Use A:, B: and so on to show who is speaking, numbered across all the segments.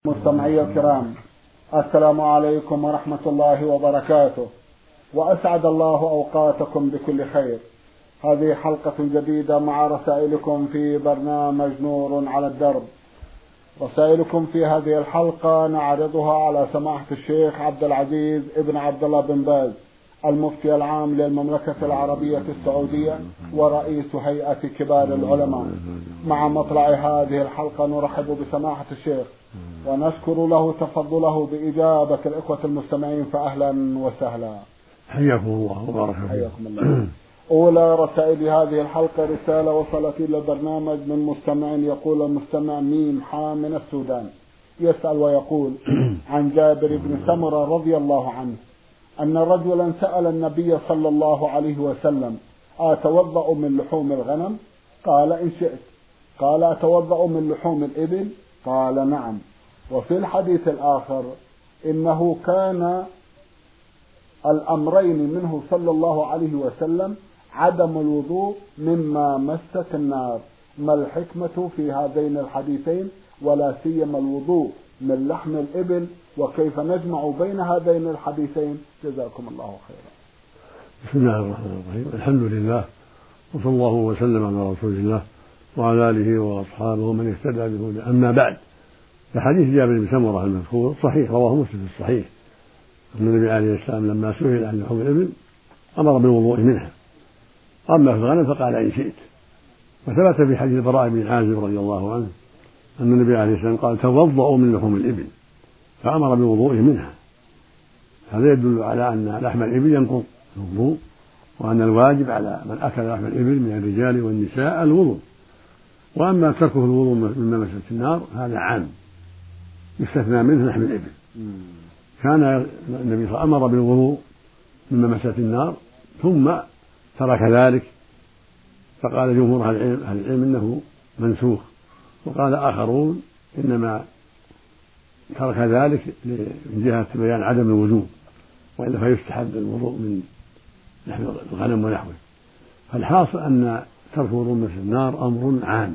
A: مستمعي الكرام، السلام عليكم ورحمة الله وبركاته، وأسعد الله أوقاتكم بكل خير. هذه حلقة جديدة مع رسائلكم في برنامج نور على الدرب. رسائلكم في هذه الحلقة نعرضها على سماحة الشيخ عبد العزيز ابن عبد الله بن باز، المفتي العام للمملكة العربية السعودية ورئيس هيئة كبار العلماء. مع مطلع هذه الحلقة نرحب بسماحة الشيخ ونشكر له تفضله بإجابة الإخوة المستمعين، فأهلا وسهلا.
B: حياكم الله وبارك
A: حياكم الله. أولى رسائل هذه الحلقة رسالة وصلت إلى البرنامج من مستمع، يقول المستمع ميم حا من السودان، يسأل ويقول عن جابر بن سمرة رضي الله عنه أن رجلا سأل النبي صلى الله عليه وسلم: أتوضأ من لحوم الغنم؟ قال إن شئت. قال: أتوضأ من لحوم الإبل؟ قال نعم. وفي الحديث الآخر إنه كان الأمرين منه صلى الله عليه وسلم عدم الوضوء مما مست النار. ما الحكمة في هذين الحديثين، ولا سيما الوضوء من لحم الإبل، وكيف نجمع بين هذين الحديثين؟ جزاكم الله خيرا.
B: بسم الله الرحمن الرحيم. الحمد لله، وصلى الله وسلم على رسول الله وعلى آله وأصحابه ومن اهتدى بهداه. أما بعد، فحديث جابر بن سمرة المذكور صحيح، رواه مسلم في الصحيح أن النبي عليه السلام لما سئل عن لحوم الإبل أمر بالوضوء منها، أما في الغنم فقال إن شئت. وثبت في حديث البراء بن عازب رضي الله عنه أن النبي عليه السلام قال: توضؤوا من لحوم الإبل، فأمر بالوضوء منها. هذا يدل على أن لحم الإبل ينقض الوضوء، وأن الواجب على من أكل لحم الإبل من الرجال والنساء الوضوء. وأما تركه الوضوء مما مست النار هذا عام، يستثنى منه لحم الإبل. كان النبي صلى الله عليه وسلم أمر بالوضوء مما مست النار ثم ترك ذلك، فقال جمهور أهل العلم إنه منسوخ، وقال آخرون إنما ترك ذلك من جهة بيان عدم الوجوب، وإلا فيستحب الوضوء من لحم الغنم ونحوه. فالحاصل أن ترك الوضوء من النار أمر عام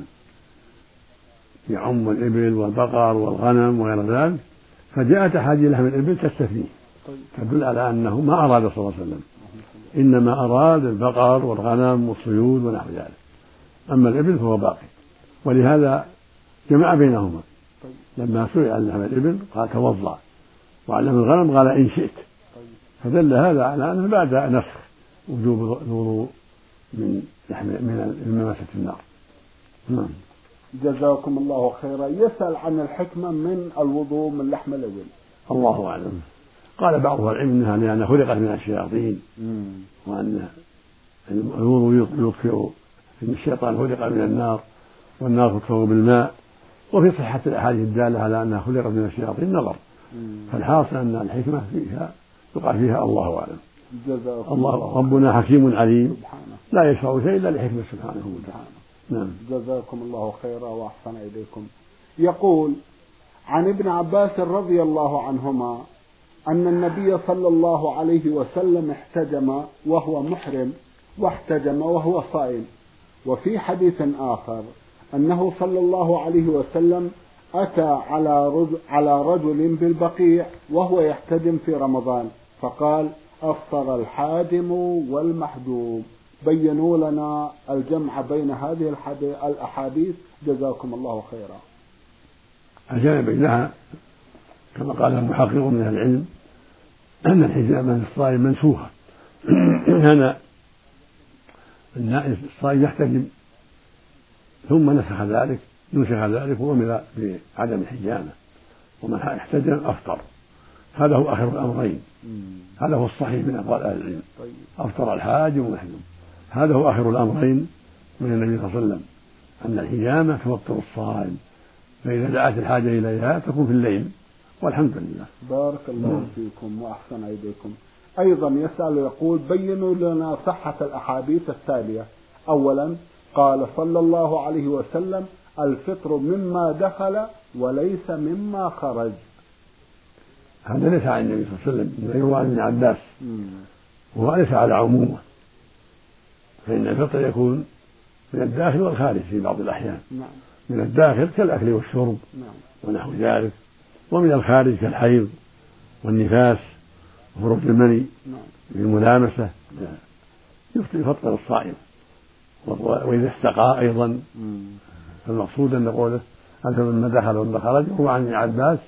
B: يعم الإبل والبقر والغنم وغير ذلك، فجاءت أحاديث لحم الإبل تستثنيه تدل على أنه ما أراد صلى الله عليه وسلم، إنما أراد البقر والغنم والصيود ونحو ذلك. أما الإبل فهو باقي، ولهذا جمع بينهما. لما سئل عن لحم الإبل قال توضأ، وعن لحم الغنم قال إن شئت، فدل هذا على أنه بعد نسخ وجوب الوضوء من مما مست النار. نعم.
A: جزاكم الله خيرا. يسأل عن الحكمة من الوضوء من لحم الإبل.
B: الله أعلم. قال بعض العلم إنها لأنها خلقت من الشياطين، وأن الوضوء يطفئ، إن الشيطان خلق من النار والنار تطفئ بالماء. وفي صحة الأحاديث الدالة على أنها خلقت من الشياطين نظر. فالحاصل أن الحكمة فيها يقع فيها الله أعلم. الله ربنا حكيم عليم، لا يشرع شيء إلا لحكمة سبحانه وتعالى. نعم.
A: جزاكم الله خيرا وأحسن إليكم. يقول عن ابن عباس رضي الله عنهما أن النبي صلى الله عليه وسلم احتجم وهو محرم، واحتجم وهو صائم. وفي حديث آخر أنه صلى الله عليه وسلم أتى على رجل بالبقيع وهو يحتجم في رمضان، فقال: أفطر الحاجم والمحجوم. بينوا لنا الجمع بين هذه الأحاديث جزاكم الله خيرا.
B: الجمع بينها كما قال المحققون من العلم أن الحجامة للصائم منسوخة. كان الصائم يحتجم ثم نسخ ذلك وأمر بعدم الحجامة، ومن احتجم أفطر. هذا هو آخر الأمرين، هذا هو الصحيح من أقوال أهل العلم. أفطر الحاج ومحجوم، هذا هو آخر الأمرين من النبي صلى الله عليه وسلم، أن الحجامة توطر الصائم، فإذا دعت الحاجة إليها تكون في الليل، والحمد لله.
A: بارك الله فيكم وأحسن إليكم. أيضا يسأل يقول: بينوا لنا صحة الأحاديث التالية. أولا، قال صلى الله عليه وسلم: الفطر مما دخل وليس مما خرج.
B: هذا ليس عن النبي صلى الله عليه وسلم، يروى عن ابن عباس، وهو ليس على عمومه، فإن الفطر يكون من الداخل والخارج في بعض الأحيان. من الداخل كالأكل والشرب ونحو ذلك، ومن الخارج كالحيض والنفاس وخروج المني بالملامسة يفطر الصائم. وإذا استقى أيضا فالمقصود أن قوله أكثر مما دخل وما خرج هو عن ابن عباس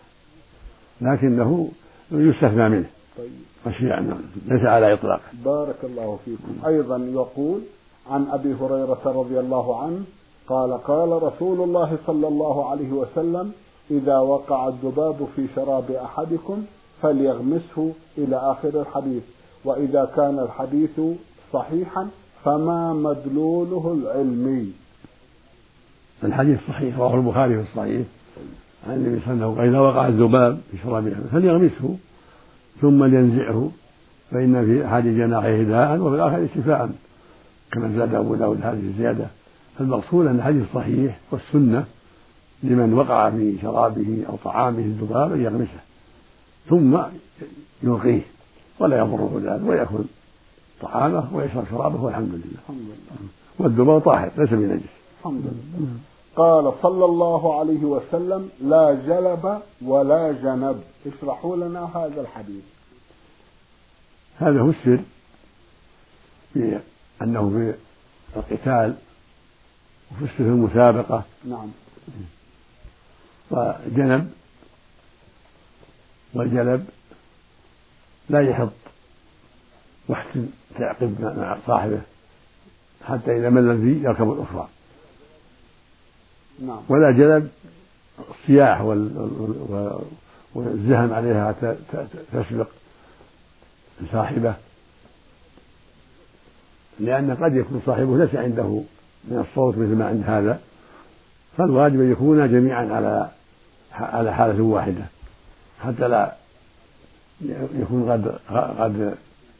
B: لكنه يستثنى منه مشيئا ليس على إطلاق.
A: بارك الله فيكم. أيضا يقول عن أبي هريرة رضي الله عنه قال قال رسول الله صلى الله عليه وسلم إذا وقع الذباب في شراب أحدكم فليغمسه إلى آخر الحديث، وإذا كان الحديث صحيحا فما مدلوله العلمي.
B: الحديث صحيح رواه البخاري في الصحيح عن النبي صلى الله عليه وسلم إذا وقع الذباب في شراب أحدكم فليغمسه ثم لينزعه فإن في أحد جناحيه داء وفي الآخر شفاء كما زاد أبو داود هذه الزيادة. فالمقصود أن الحديث صحيح والسنة لمن وقع في شرابه أو طعامه الذباب أن يغمسه ثم يلقيه ولا يضره ذلك ويأكل طعامه ويشرب شرابه والحمد لله. والذباب طاهر ليس بنجس.
A: الحمد لله. قال صلى الله عليه وسلم لا جلب ولا جنب. اشرحوا لنا هذا الحديث.
B: هذا هو السر في أنه في القتال وفي السر المسابقة.
A: نعم.
B: وجنب والجلب لا يحط واحسن تعقب مع صاحبه حتى إذا مل الذي يركب الأخرى.
A: نعم.
B: ولا جلب الصياح والزهم عليها تسبق صاحبه لأن قد يكون صاحبه ليس عنده من الصوت مثل ما عند هذا، فالواجب أن يكونا جميعا على حالة واحدة حتى لا يكون قد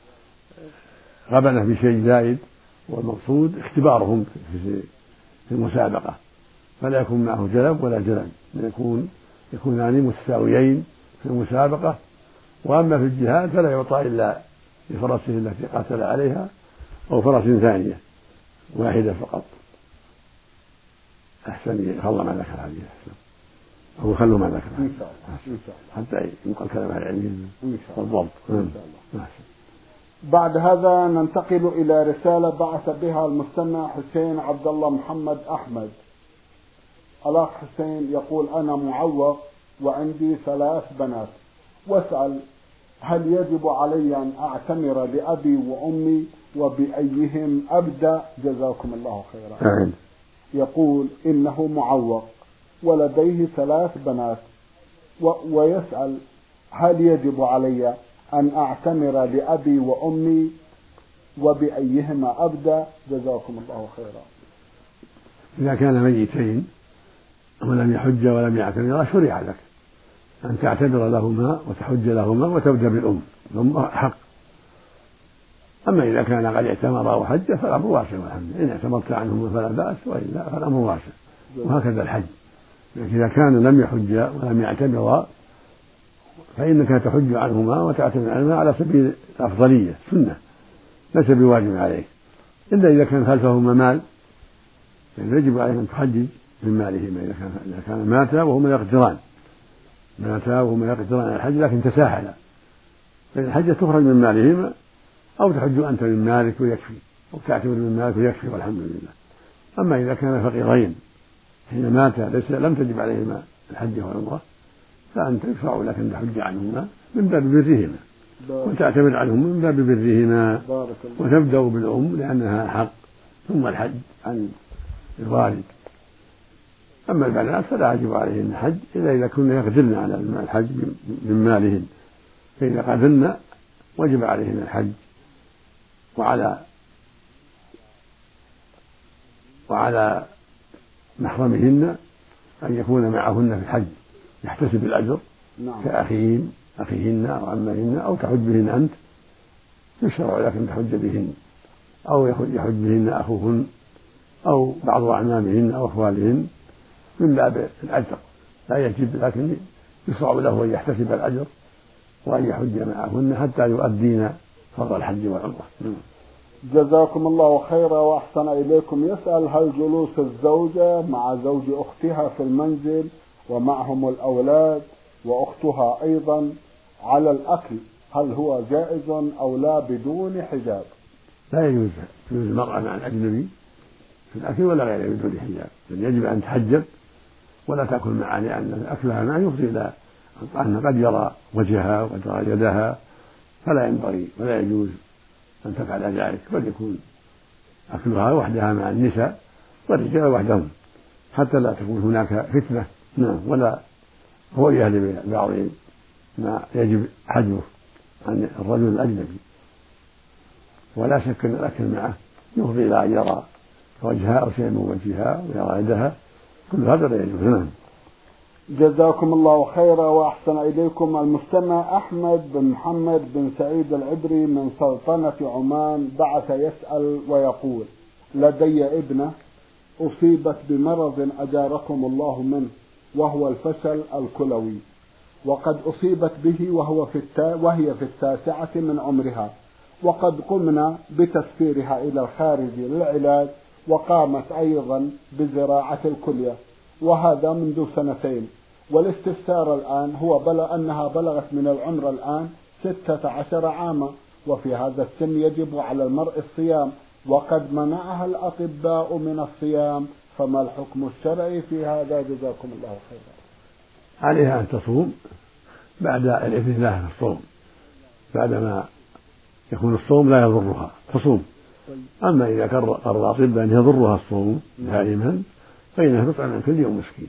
B: غبنه بشيء زائد، والمقصود اختبارهم في المسابقة فلا يكون معه جلب ولا جلب، يكونان متساويين في المسابقة. وأما في الجهاد فلا يعطى إلا لفرسه التي قاتل عليها أو فرس ثانية واحدة فقط. أحسن يخلى ما ذكر هذه أحسن أو يخلوا ما ذكر
A: إن شاء الله
B: حتى ينقل كلام العلمين
A: والضبط إن شاء الله. بعد هذا ننتقل إلى رسالة بعث بها المستمع حسين عبد الله محمد أحمد. الأخ حسين يقول أنا معوق وعندي 3 بنات، واسأل هل يجب علي أن أعتمر بأبي وأمي وبأيهم أبدأ؟ جزاكم الله خيرا. يقول إنه معوق ولديه 3 بنات ويسأل هل يجب علي أن أعتمر بأبي وأمي وبأيهما أبدأ؟ جزاكم الله خيرا.
B: إذا كان ميتين ولم يحج ولم يعتمر شرع لك أن تعتبر لهما وتحج لهما وتبدأ بالأم حق. أما إذا كان قد اعتمر أو حج فالأمر واسع والحمد لله، إن اعتمرت عنهما فلا بأس وإلا فالأمر واسع. وهكذا الحج إذا كان لم يحج ولم يعتمر فإنك تحج عنهما وتعتمر عنهما على سبيل الأفضلية سنة ليس بواجب عليك، إلا إذا كان خلفهما مال فإن يجب عليك أن تحجج من مالهما إذا كان ماتا وهما يقدران على الحج لكن تساهلا، فإن الحجة تخرج من مالهما أو تحج أنت من مالك ويكفي أو تعتمر من مالك ويكفي والحمد لله. أما إذا كان فقيرين حين ماتا لم تجب عليهما الحج والعمرة فأنت يشرع لك أن تحج عنهما من باب برهما وتعتمر عنهم من باب برهما وتبدأ بالأم لأنها حق ثم الحج عن الوالد. أما البنات فلا يجب عليهن الحج إذا كنا يقدرن على الحج من مالهن، فإذا قدرن وجب عليهن الحج وعلى محرمهن أن يكون معهن في الحج يحتسب الأجر كأخيهن أو عمهن أو تحج بهن أنت يشرع لك أن تحج بهن أو يحج بهن أخوهن أو بعض أعمامهن أو أخوالهن من باب الأجر لا يجب، لكن يشرع له أن يحتسب الأجر وأن يحج معهن حتى يؤدين فرض الحج والعمرة.
A: جزاكم الله خيرا وأحسن إليكم. يسأل هل جلوس الزوجة مع زوج أختها في المنزل ومعهم الأولاد وأختها أيضا على الأكل، هل هو جائز أو لا بدون حجاب؟
B: لا يجوز المرأة مع الأجنبي في الأكل ولا غيره بدون حجاب، بل يجب أن تحجب ولا تأكل معه، لأن أكلها ما يفضي إلى أن قد يرى وجهها وقد يرى يدها، فلا ينبغي ولا يجوز أن تفعل ذلك، بل يكون أكلها وحدها مع النساء والرجال وحدهم حتى لا تكون هناك فتنة ولا رؤية لبعضهم ما يجب حجبه عن الرجل الأجنبي. ولا شك أن الأكل معه يفضي إلى أن يرى وجهها أو شيء من وجهها ويرى يدها، كل هذا لا يجوز.
A: جزاكم الله خيرا وأحسن إليكم. المستمع أحمد بن محمد بن سعيد العبري من سلطنة عمان بعث يسأل ويقول: لدي ابنة أصيبت بمرض أجاركم الله منه، وهو الفشل الكلوي، وقد أصيبت به وهي في 9 من عمرها، وقد قمنا بتسفيرها إلى الخارج للعلاج، وقامت أيضا بزراعة الكلية، وهذا منذ 2 والاستفسار الآن هو أنها بلغت من العمر الآن 16 عاما، وفي هذا السن يجب على المرء الصيام، وقد منعها الأطباء من الصيام، فما الحكم الشرعي في هذا؟ جزاكم الله خيرا.
B: عليها أن تصوم بعد الإذن الله في الصوم، بعدما يكون الصوم لا يضرها تصوم. أما إذا قرر الأطباء أن يضرها الصوم دائما فإنها تطعم عن كل يوم مسكين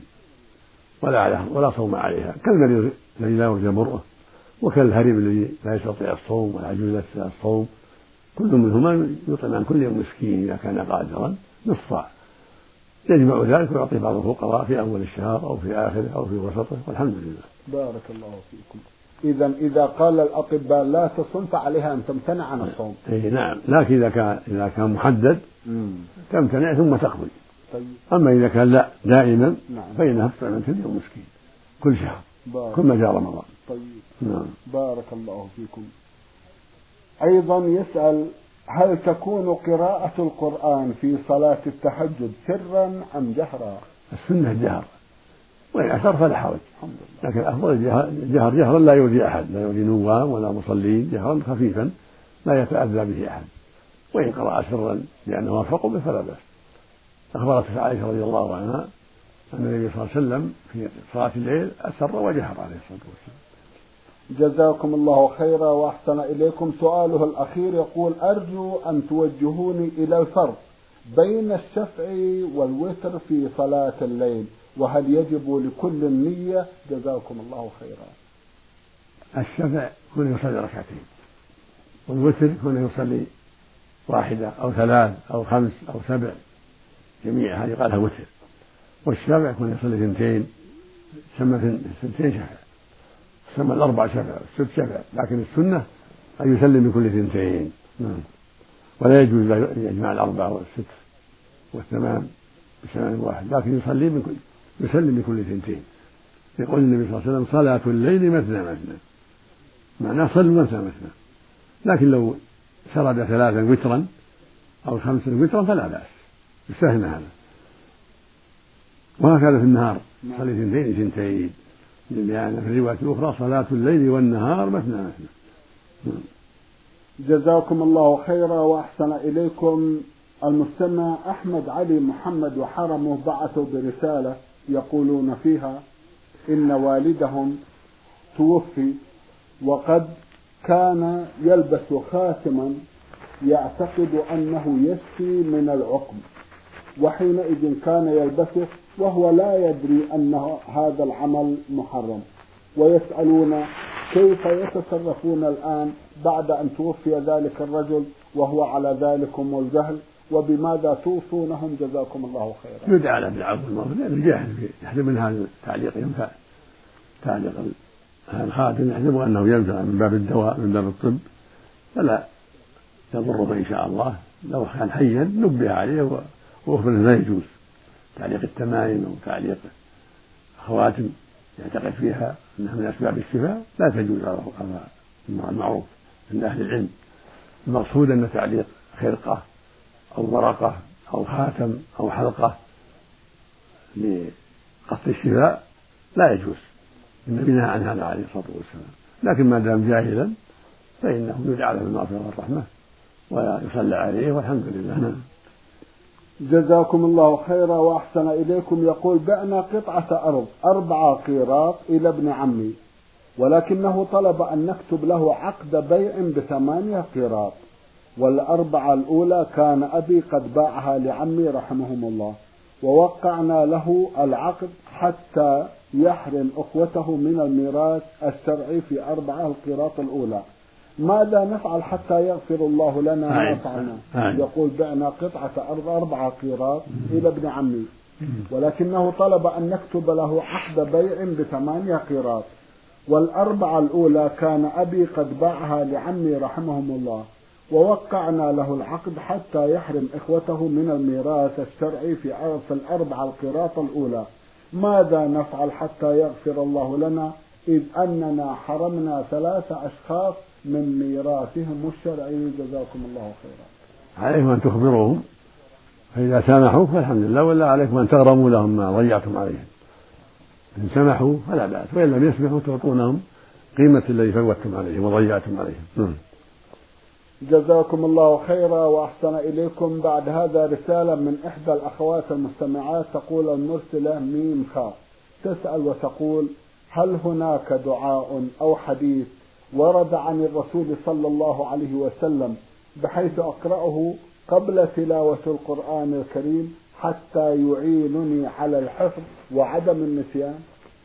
B: ولا صوم عليها، كالمريض الذي لا يرجى برؤه، وكالهرم الذي لا يستطيع الصوم، والعجوز لا تستطيع الصوم، كل منهما يطعم عن كل يوم مسكين إذا كان قادرا نصف صاع، يجمع ذلك ويعطي بعض الفقراء في أول الشهر أو في آخره أو في وسطه، والحمد لله.
A: بارك الله فيكم. إذا قال الأطباء لا تصوم فعليها أن تمتنع عن الصوم.
B: نعم، لكن إذا كان محدد تمتنع ثم تقضي.
A: طيب.
B: أما إذا كان لا دائما فإنها تطعم عن كل يوم مسكين كل شهر كل ما جاء رمضان.
A: طيب. بارك الله فيكم. أيضا يسأل: هل تكون قراءة القرآن في صلاة التهجد سرا أم جهرا؟
B: السنة جهر، وإن أسر فلا حرج، لكن الأفضل الجهر جهرا لا يؤذي أحد، لا يؤذي نوام ولا مصلين، جهرا خفيفا لا يتأذى به أحد. وإن قرأ سرا لأنه وافق به فلا بأس. أخبرت عائشة رضي الله عنها أن النبي صلى الله عليه وسلم في صلاة الليل أسر وجهر عليه الصلاة والسلام.
A: جزاكم الله خيرا وأحسن إليكم. سؤاله الأخير يقول: أرجو أن توجهوني إلى الفرق بين الشفع والوتر في صلاة الليل، وهل يجب لكل نية؟ جزاكم الله خيرا.
B: الشفع كونه يصلي 2 ركعتين، والوتر كونه يصلي 1 أو 3 أو 5 أو 7، جميع هذه قالها وتر. والشفع كونه يصلي 2 سمى 2 شفع، سمى 4 شفع 6 شفع، لكن السنة أن يسلم بكل 2. ولا يجوز يجمع 4 و6 و8 بسلام واحد، لكن يسلم بكل 2. يقول النبي صلى الله عليه وسلم: صلاة الليل مثنى مثنى، معناه صلوا مثنى مثنى. لكن لو سرد 3 وترا أو 5 وترا فلا بأس، يستثنى هذا. وهكذا في النهار صلي 2 لأن في الرواية الأخرى: صلاة الليل والنهار مثنى مثنى.
A: جزاكم الله خيرا وأحسن إليكم. المستمع أحمد علي محمد وحرمه بعثوا برسالة يقولون فيها إن والدهم توفي، وقد كان يلبس خاتما يعتقد أنه يشفي من العقم، وحينئذ كان يلبسه وهو لا يدري أن هذا العمل محرم، ويسألون كيف يتصرفون الآن بعد أن توفي ذلك الرجل وهو على ذلكم والجهل، وبماذا توصونهم؟ جزاكم الله خيرا.
B: يدعى له بالعفو والمغفرة، لأنه الجاهل يحسب من هذا التعليق ينفع، تعليق الخاتم يحسب أنه ينفع من باب الدواء من باب الطب، فلا يضره إن شاء الله. لو كان حيا نبه عليه وأخبره لا يجوز تعليق التمائم أو تعليق خواتم يعتقد فيها أنها من أسباب الشفاء، لا تجوز على المعروف عند أهل العلم. المقصود أن تعليق خرقة أو ورقة أو خاتم أو حلقة لقصد الشفاء لا يجوز، النبي نهى عن هذا عليه الصلاة والسلام، لكن ما دام جاهلا فإنه يدعى له بالمغفرة والرحمة ويصلى عليه والحمد لله.
A: جزاكم الله خيرا وأحسن إليكم. يقول: بعنا قطعة أرض 4 قيراط إلى ابن عمي، ولكنه طلب أن نكتب له عقد بيع ب8 قيراط، والأربعة الأولى كان أبي قد باعها لعمي رحمهم الله، ووقعنا له العقد حتى يحرم أخوته من الميراث الشرعي في 4 القيراط الأولى. ماذا نفعل حتى يغفر الله لنا ما فعلنا؟ يقول: بعنا قطعة أرض 4 قيراط إلى ابن عمي، ولكنه طلب أن نكتب له عقد بيع ب8 قيراط، والأربعة الأولى كان أبي قد باعها لعمي رحمهم الله، ووقعنا له العقد حتى يحرم إخوته من الميراث الشرعي في 4 القيراط الأولى. ماذا نفعل حتى يغفر الله لنا، إذ أننا حرمنا 3 أشخاص من ميراثهم الشرعي؟ جزاكم الله خيرا.
B: عليكم أن تخبروهم، فإذا سامحوا فالحمد لله، ولا عليكم أن تغرموا لهم ما ضيعتم عليهم. إن سمحوا فلا بأس، وإن لم يسمحوا تعطونهم قيمة الذي فوتتم عليهم وضيعتم عليهم.
A: جزاكم الله خيرا وأحسن إليكم. بعد هذا رسالة من إحدى الأخوات المستمعات، تقول المرسلة ميم خاء، تسأل وتقول: هل هناك دعاء أو حديث ورد عن الرسول صلى الله عليه وسلم بحيث أقرأه قبل تلاوة القرآن الكريم حتى يعينني على الحفظ وعدم النسيان؟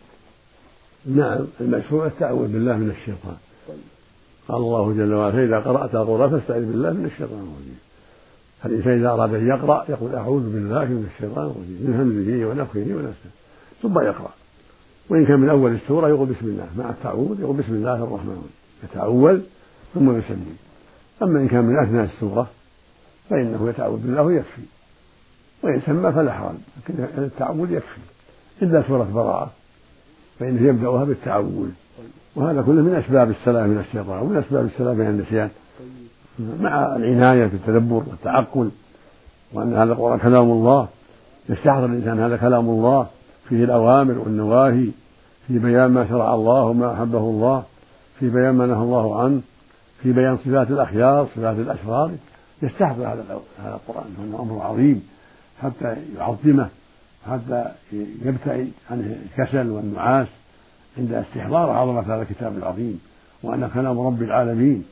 B: نعم، المشروع التعوذ بالله من الشيطان. قال الله جل وعلا: فإذا قرأت القرآن فاستعذ بالله من الشيطان الرجيم. فالإنسان إذا أراد أن يقرأ يقول: أعوذ بالله من الشيطان الرجيم، من همزه ونفخه ونفسه، ثم يقرأ. وإن كان من أول السورة يقول بسم الله، مع التعوذ يقول بسم الله الرحمن الرحيم، يتعوذ ثم يسمي. أما إن كان من أثناء السورة فإنه يتعوذ بالله ويكفي، وإن سمى فلا حرج، لكن التعوذ يكفي، إلا سورة براءة فإنه يبدأها بالتعوذ، وهذا كله من أسباب السلام من الشيطان ومن أسباب السلام من النسيان، مع العناية في التدبر والتعقل، وأن هذا القرآن كلام الله، يستحضر الإنسان هذا كلام الله، فيه الأوامر والنواهي، في بيان ما شرع الله وما أحبه الله، في بيان ما نهى الله عنه، في بيان صفات الأخيار صفات الأشرار. يستحضر هذا القرآن، هو أمر عظيم حتى يعظمه، حتى يبتعد عن الكسل والنعاس عند استحضار عظمة هذا الكتاب العظيم وأن كلام رب العالمين.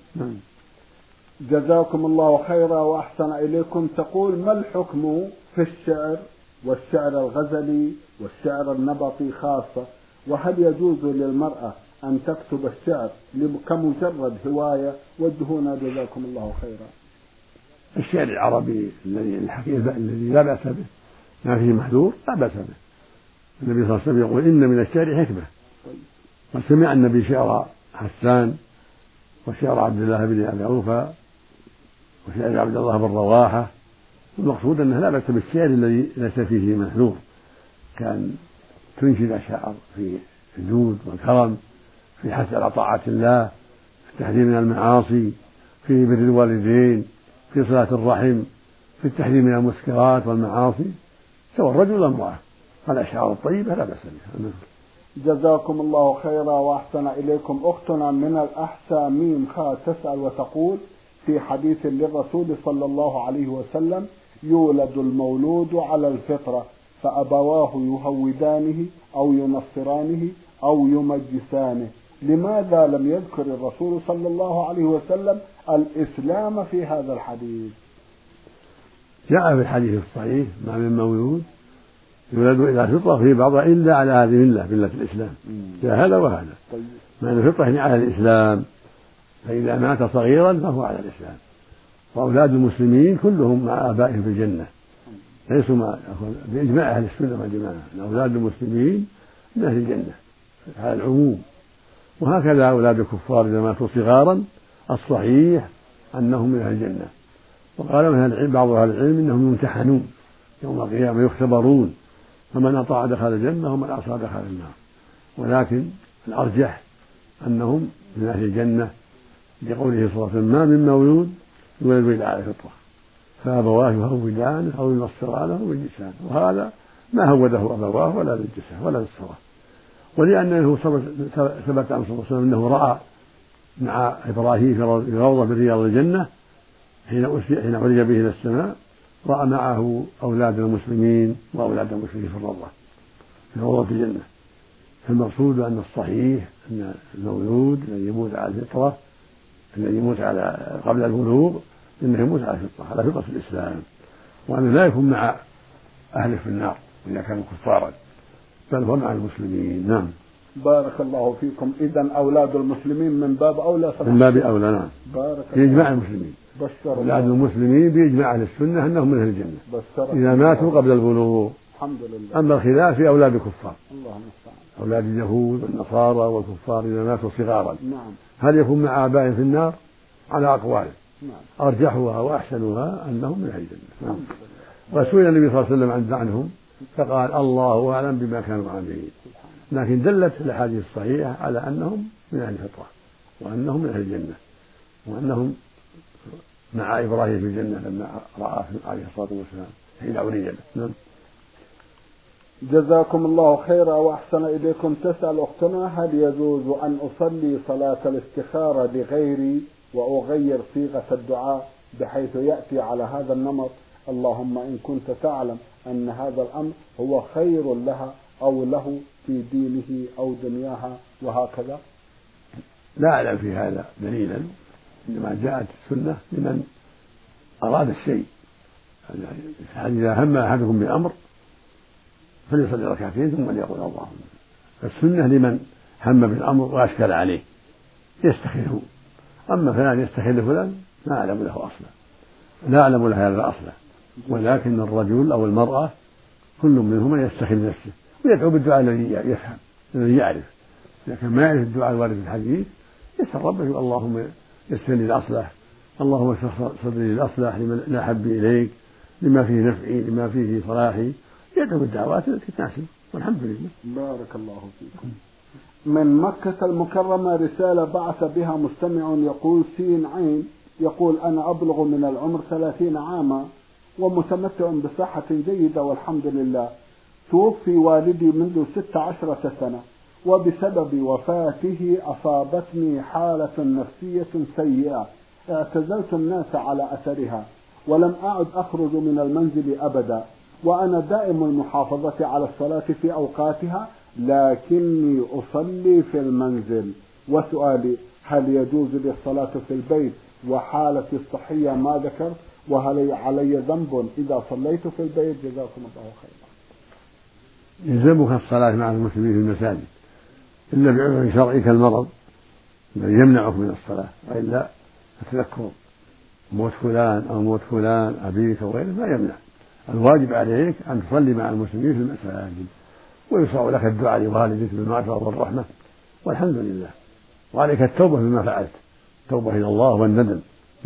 A: جزاكم الله خيرا وأحسن إليكم. تقول: ما الحكم في الشعر والشعر الغزلي والشعر النبطي خاصة، وهل يجوز للمرأة أن تكتب الشعر كمجرد هواية؟ وجهونا جزاكم الله خيرا.
B: الشعر العربي الذي لا بأس به، ما فيه محذور لا بأس به. النبي صلى الله عليه وسلم يقول: إن من الشعر حكمة. وسمع النبي شعر حسان وشعر عبد الله بن أبي أوفى وشعر عبد الله بن رواحة، والمقصود أنه لا بأس بالشعر الذي ليس فيه محذور، كان تنشد أشعار في الجود والكرم، في حث على طاعة الله، في التحذير من المعاصي، في بر الوالدين، في صلة الرحم، في التحذير من المسكرات والمعاصي، سواء الرجل أو امرأة. الأشعار الطيبة لا بأس بها.
A: جزاكم الله خيرا وأحسن إليكم. أختنا من الأحساء ميم خاء تسأل وتقول: في حديث للرسول صلى الله عليه وسلم: يولد المولود على الفطرة فأبواه يهودانه أو ينصرانه أو يمجسانه، لماذا لم يذكر الرسول صلى الله عليه وسلم الإسلام في هذا الحديث؟
B: جاء في الحديث الصحيح: ما من مولود يولد إلى الفطرة في بعضها إلا على هذه ملة الإسلام. جاء هذا وهذا. مع أن الفطرة يعني على الإسلام، فإذا مات صغيرا فهو على الإسلام. وأولاد المسلمين كلهم مع آبائهم في الجنة، ليسوا بإجماع أهل السنة والجماعة أن أولاد المسلمين من أهل الجنة على العموم. وهكذا أولاد الكفار إذا ماتوا صغارا الصحيح أنهم من أهل الجنة. وقال من العلم بعض أهل العلم إنهم يمتحنون يوم القيامة، يختبرون، فمن أطاع دخل الجنة ومن عصى دخل النار. ولكن الأرجح أنهم من أهل الجنة، لقوله صلى الله عليه وسلم: ما من مولود يولد إلا على الفطرة فأبواه يهودانه أو ينصرانه أو يمجسانه. وهذا ما هوده أبواه ولا مجسه ولا نصره. ولأنه ثبت عن صلى الله عليه وسلم أنه رأى مع إبراهيم في روضة من رياض الجنة حين عرج به إلى السماء، رأى معه أولاد المسلمين وأولاد المسلمين في الروضة في روضة الجنة. فالمقصود أن الصحيح أن المولود الذي يموت على الفطرة، الذي يموت قبل البلوغ، إنه يموت على الفطرة، على فطرة الإسلام، وأنه لا يكون مع أهله في النار إذا كانوا كفارا، بل هو مع المسلمين. نعم.
A: بارك الله فيكم. إذن أولاد المسلمين من باب أولى.
B: من باب أولى. نعم. بإجماع المسلمين. أولاد المسلمين بإجماع أهل السنة أنهم من أهل الجنة إذا ماتوا قبل البلوغ.
A: الحمد لله.
B: أما الخلاف في أولاد الكفار،
A: الله المستعان،
B: أولاد اليهود والنصارى والكفار إذا ماتوا صغارا،
A: نعم،
B: هل يكون مع آبائهم في النار؟ على أقوال،
A: نعم،
B: أرجحها وأحسنها أنهم من أهل الجنة. نعم. وسئل النبي صلى الله عليه وسلم عنهم فقال الله أعلم بما كانوا عاملين، لكن دلت الأحاديث الصحيحة على أنهم من أهل الفطرة وأنهم من أهل الجنة وأنهم مع إبراهيم في الجنة لما رأى عليه الصلاة والسلام حين عرج له. نعم.
A: جزاكم الله خيرا وأحسن إليكم. تسأل أختنا: هل يجوز أن أصلي صلاة الاستخارة لغيري وأغير صيغة الدعاء بحيث يأتي على هذا النمط: اللهم إن كنت تعلم أن هذا الأمر هو خير لها أو له في دينه أو دنياها وهكذا؟
B: لا أعلم في هذا دليلا، إنما جاءت السنة لمن أراد الشيء، يعني إذا هم أحدكم بأمر فليصلي ركعتين ثم ليقول اللهم. السنة لمن هم بالأمر وأشكل عليه يستخيره. أما فلان يستخير فلان لا أعلم له أصلا، لا أعلم له هذا أصلا، ولكن الرجل أو المرأة كل منهما يستخير نفسه ويدعو بالدعاء الذي يفهم الذي يعرف. لكن ما يعرف الدعاء الوارد في الحديث يسأل ربه: اللهم يسر لي الأصلح، اللهم اشرح صدري للأصلح لما أحب إليك، لما فيه نفعي، لما فيه صلاحي، يدعو بالدعوات التي تناسب، والحمد لله.
A: بارك الله فيكم. من مكة المكرمة رسالة بعث بها مستمع يقول سين عين، يقول: أنا أبلغ من العمر 30 عاما ومتمتع بصحة جيدة والحمد لله. توفي والدي منذ 16 سنة، وبسبب وفاته أصابتني حالة نفسية سيئة، اعتزلت الناس على أثرها ولم أعد أخرج من المنزل أبدا، وأنا دائم المحافظة على الصلاة في أوقاتها، لكني أصلي في المنزل. وسؤالي: هل يجوز لي الصلاة في البيت وحالتي الصحية ما ذكرت؟ وهل علي ذنب إذا صليت في البيت؟ جزاكم الله خيرا.
B: يلزمك الصلاة مع المسلمين في المساجد إلا بعذر شرعي كالمرض الذي يمنعك من الصلاة، وإلا تذكر موت فلان أو موت فلان أبيك أو غيره ما يمنع. الواجب عليك أن تصلي مع المسلمين في المساجد، ويشرع لك الدعاء لوالدك بالمغفرة والرحمة والحمد لله، وعليك التوبة بما فعلت، توبة إلى الله والندم.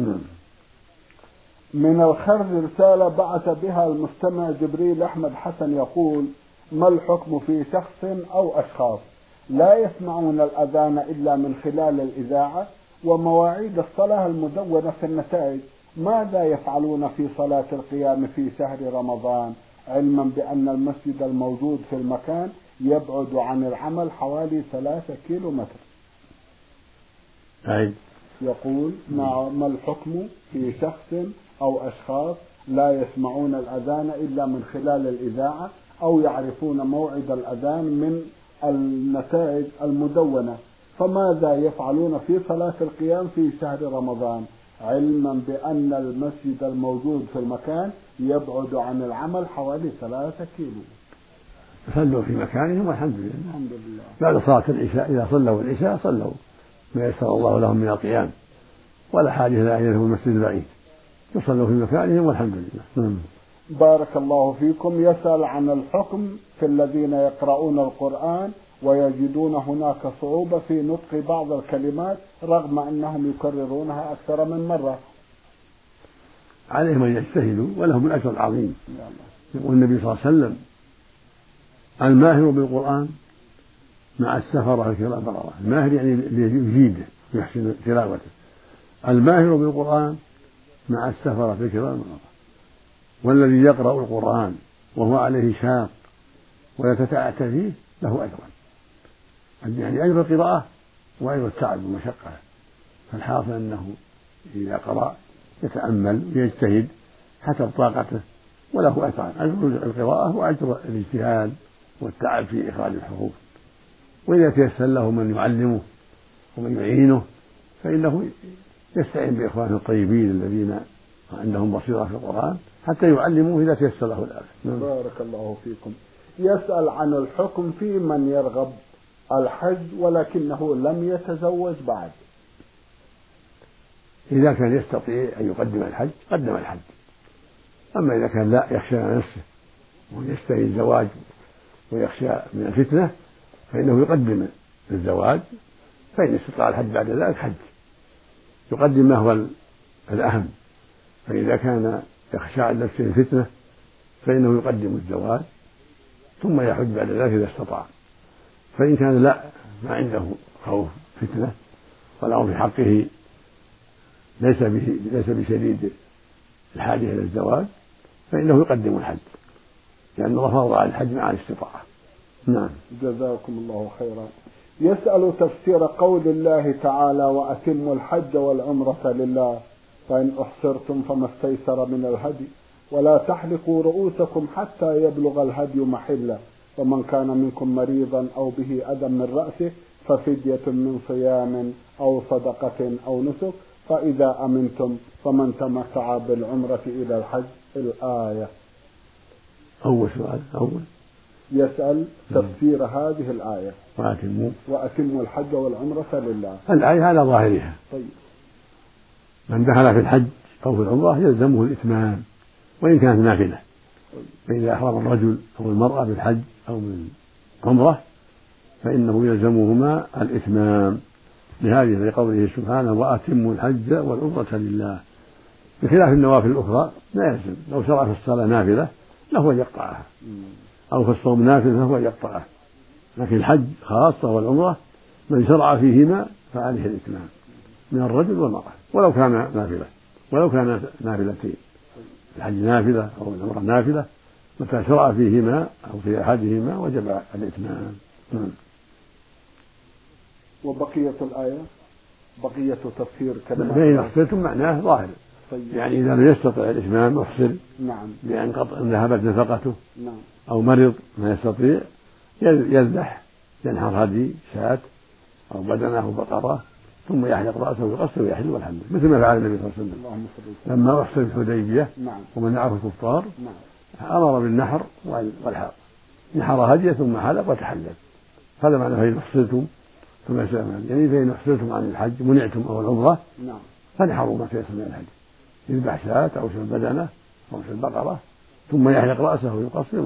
A: من الخرج رسالة بعث بها المستمع جبريل أحمد حسن يقول: ما الحكم في شخص أو أشخاص لا يسمعون الأذان إلا من خلال الإذاعة ومواعيد الصلاة المدونة في النتائج، ماذا يفعلون في صلاة القيام في شهر رمضان، علما بأن المسجد الموجود في المكان يبعد عن العمل حوالي 3 كيلومتر؟ يقول: ما الحكم في شخص أو أشخاص لا يسمعون الأذان إلا من خلال الإذاعة أو يعرفون موعد الأذان من النتائج المدونة، فماذا يفعلون في صلاة القيام في شهر رمضان علما بأن المسجد الموجود في المكان يبعد عن العمل حوالي 3 كيلو؟
B: صلوا في مكانهم والحمد لله.
A: الحمد لله.
B: بعد صلاة العشاء إذا صلوا العشاء صلوا ما يسر الله لهم من القيام، ولا حاجة إلى أن يذهبوا المسجد البعيد، يصلوا في مكانهم والحمد لله.
A: بارك الله فيكم. يسأل عن الحكم في الذين يقرؤون القرآن ويجدون هناك صعوبة في نطق بعض الكلمات رغم أنهم يكررونها أكثر من مرة.
B: عليهم أن يجتهدوا ولهم الأجر العظيم. يقول النبي صلى الله عليه وسلم: الماهر بالقرآن مع السفرة الكرام بررة. الماهر يعني يزيده يحسن تلاوته. الماهر بالقرآن مع السفرة الكرام بررة. والذي يقرأ القرآن وهو عليه شاق ويتتأتى فيه له أجران. يعني أجر القراءة وأجر التعب والمشقة. فالحاصل أنه إذا قرأ يتأمل ويجتهد حسب طاقته، وله أجران: أجر القراءة وأجر الاجتهاد والتعب في إخراج الحروف. وإذا تيسر له من يعلمه ومن يعينه فإنه يستعين بإخوانه الطيبين الذين عندهم بصيرة في القرآن حتى يعلموه إذا تيسر له ذلك.
A: بارك الله فيكم. يسأل عن الحكم في من يرغب الحج ولكنه لم يتزوج بعد.
B: إذا كان يستطيع أن يقدم الحج قدم الحج، أما إذا كان لا، يخشى على نفسه ويستحي الزواج ويخشى من الفتنة فإنه يقدم الزواج، فإن استطاع الحج بعد ذلك حج، يقدم ما هو الأهم. فإذا كان يخشى على نفسه الفتنة فإنه يقدم الزواج ثم يحج بعد ذلك إذا استطاع. فإن كان لا، ما عنده خوف فتنة والأمر في حقه ليس بشديد الحاجة إلى الزواج فإنه يقدم الحج، لأن الله فرض على الحج مع الاستطاعة. نعم.
A: جزاكم الله خيرا. يسأل تفسير قول الله تعالى: وأتموا الحج والعمرة لله فإن أحصرتم فما استيسر من الهدي ولا تحلقوا رؤوسكم حتى يبلغ الهدي محله ومن كان منكم مريضا أو به أذى من رأسه ففدية من صيام أو صدقة أو نسك فإذا أمنتم فمن تمتع بالعمرة إلى الحج. الآية.
B: أول سؤال
A: يسأل تفسير هذه الآية:
B: وأتموا
A: الحج والعمرة لله.
B: الآية على ظاهرها.
A: طيب.
B: من دخل في الحج أو في العمرة يلزمه الإتمام وإن كانت نافلة. فإذا أحرم الرجل أو المرأة بالحج أو بالعمرة فإنه يلزمهما الإتمام، لهذه لقوله سبحانه: وأتموا الحج والعمرة لله، بخلاف النوافل الأخرى لا يلزم. لو شرع في الصلاة نافلة له أن يقطعها، أو في الصوم نافلة فهو يقطعه، لكن الحج خاصة والعمرة من شرع فيهما فعليه الإتمام من الرجل والمرأة ولو كان نافلتين. الحج نافلة أو العمرة نافلة، متى شرع فيهما أو في أحدهما وجب الإتمام.
A: وبقية الآية بقية تفسير كلمة
B: فإن أحصرتم معناه ظاهر.
A: طيب.
B: يعني إذا لم يستطع الإتمام أحصر.
A: نعم.
B: بأن ذهبت نفقته.
A: نعم.
B: أو مرض ما يستطيع يذبح، ينحر هدي شاة أو بدنه أو بقرة ثم يحلق رأسه ويقصر ويحل والحمد، مثل ما فعل النبي صلى الله عليه وسلم لما أحصر الحديبية.
A: نعم.
B: ومنعه الكفار.
A: نعم.
B: أمر بالنحر والحلق، نحر هديه ثم حلق وتحلل. هذا معنى فإن أحصرتم ثم سلمان، يعني فإن أحصرتم عن الحج منعتم أو العمرة. نعم. فانحروا ما تيسر من الحج، يذبح شاة أو بدنه أو بقرة ثم يحلق رأسه ويقصر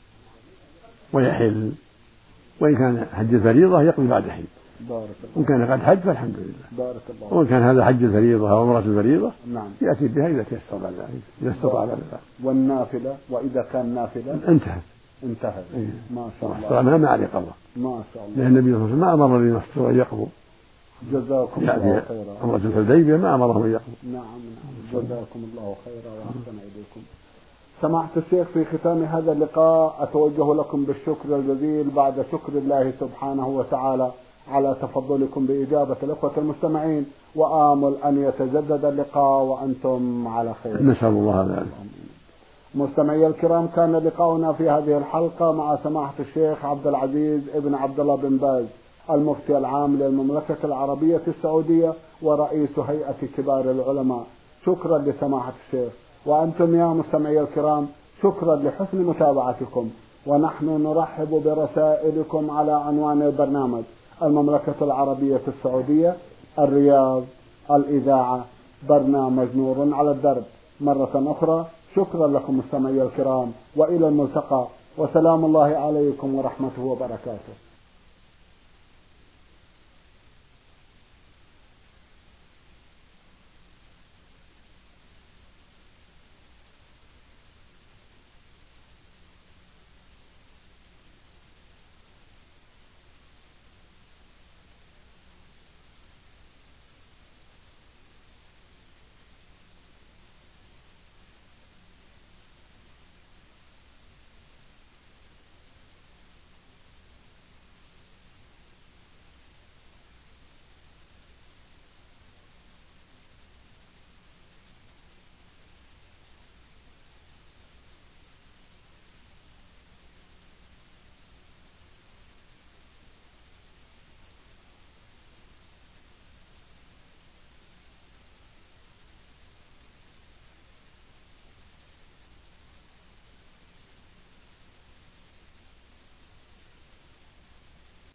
B: ويحل. وإن كان حج الفريضة يقضي بعد حين. وإن كان قد حج فالحمد لله.
A: بارك الله.
B: وإن كان هذا حج الفريضة أو عمرة الفريضة.
A: نعم.
B: يأتي بها إذا تيسر بعد ذلك، إذا استطاع بعد ذلك.
A: والنافلة وإذا كان نافلة
B: انتهت.
A: إيه؟ ما شاء الله.
B: ما عليه قضاء.
A: ما شاء الله.
B: لأن النبي صلى الله عليه وسلم ما أمر الذين يفطروا أن يقضوا.
A: جزاكم الله خيرا.
B: عمرة الحديبية ما أمرهم أن يقضوا.
A: نعم. جزاكم الله خيرا وأحسن إليكم. سمعت الشيخ في ختام هذا اللقاء أتوجه لكم بالشكر الجزيل بعد شكر الله سبحانه وتعالى على تفضلكم بإجابة الأخوة المستمعين، وآمل أن يتجدد اللقاء وأنتم على خير.
B: نسأل الله ذلك.
A: مستمعي الكرام، كان لقاؤنا في هذه الحلقة مع سماحة الشيخ عبد العزيز ابن عبد الله بن باز المفتي العام للمملكة العربية السعودية ورئيس هيئة كبار العلماء. شكرا لسماحة الشيخ. وأنتم يا مستمعي الكرام شكرا لحسن متابعتكم، ونحن نرحب برسائلكم على عنوان البرنامج: المملكة العربية السعودية، الرياض، الإذاعة، برنامج نور على الدرب. مرة أخرى شكرا لكم مستمعي الكرام، وإلى الملتقى، وسلام الله عليكم ورحمته وبركاته.